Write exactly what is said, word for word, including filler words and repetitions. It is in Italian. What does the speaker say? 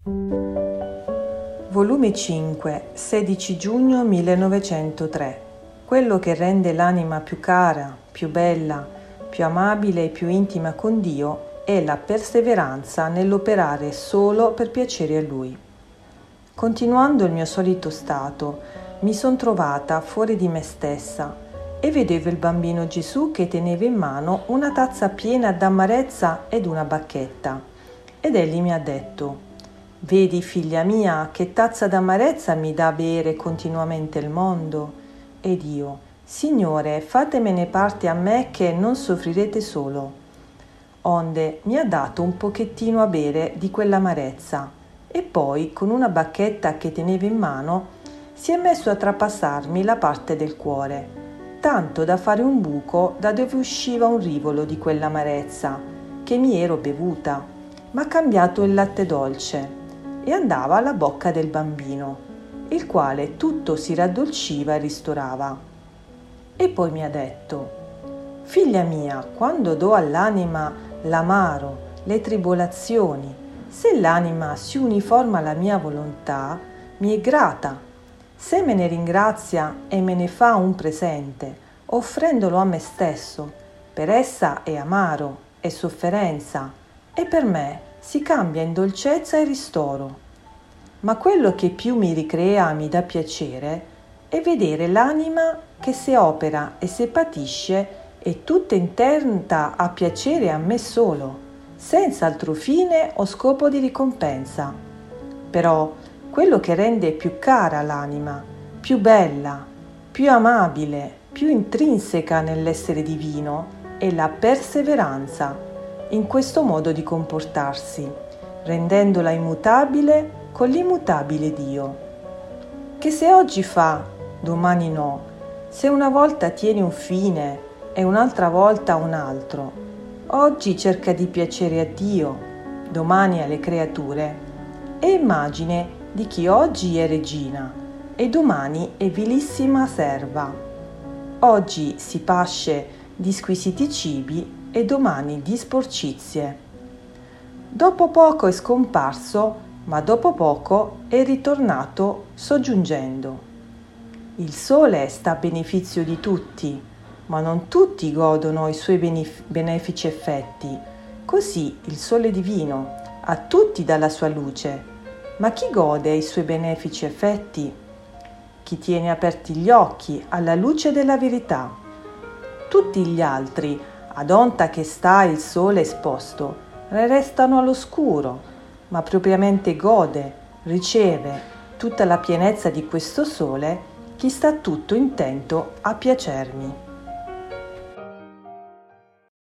Volume cinque, sedici giugno millenovecentotre. Quello che rende l'anima più cara, più bella, più amabile e più intima con Dio è la perseveranza nell'operare solo per piacere a Lui. Continuando il mio solito stato, mi son trovata fuori di me stessa e vedevo il bambino Gesù che teneva in mano una tazza piena d'amarezza ed una bacchetta. Ed egli mi ha detto: «Vedi, figlia mia, che tazza d'amarezza mi dà a bere continuamente il mondo?» Ed io: «Signore, fatemene parte a me che non soffrirete solo». Onde mi ha dato un pochettino a bere di quell'amarezza e poi, con una bacchetta che teneva in mano, si è messo a trapassarmi la parte del cuore, tanto da fare un buco da dove usciva un rivolo di quell'amarezza che mi ero bevuta, ma cambiato in latte dolce, e andava alla bocca del bambino, il quale tutto si raddolciva e ristorava. E poi mi ha detto: «Figlia mia, quando do all'anima l'amaro, le tribolazioni, se l'anima si uniforma alla mia volontà, mi è grata. Se me ne ringrazia e me ne fa un presente, offrendolo a me stesso, per essa è amaro, è sofferenza, e per me si cambia in dolcezza e ristoro. Ma quello che più mi ricrea e mi dà piacere è vedere l'anima che se opera e se patisce è tutta intenta a piacere a me solo, senza altro fine o scopo di ricompensa. Però quello che rende più cara l'anima, più bella, più amabile, più intrinseca nell'essere divino, è la perseveranza in questo modo di comportarsi, rendendola immutabile con l'immutabile Dio, che se oggi fa, domani no, se una volta tiene un fine e un'altra volta un altro, oggi cerca di piacere a Dio, domani alle creature, è immagine di chi oggi è regina e domani è vilissima serva. Oggi si pasce di squisiti cibi e domani di sporcizie. Dopo poco è scomparso, ma dopo poco è ritornato soggiungendo. Il sole sta a beneficio di tutti, ma non tutti godono i suoi benef- benefici effetti. Così il sole divino a tutti dà la sua luce, ma chi gode i suoi benefici effetti? Chi tiene aperti gli occhi alla luce della verità. Tutti gli altri, ad onta che sta il sole esposto, restano all'oscuro, ma propriamente gode, riceve tutta la pienezza di questo sole chi sta tutto intento a piacermi.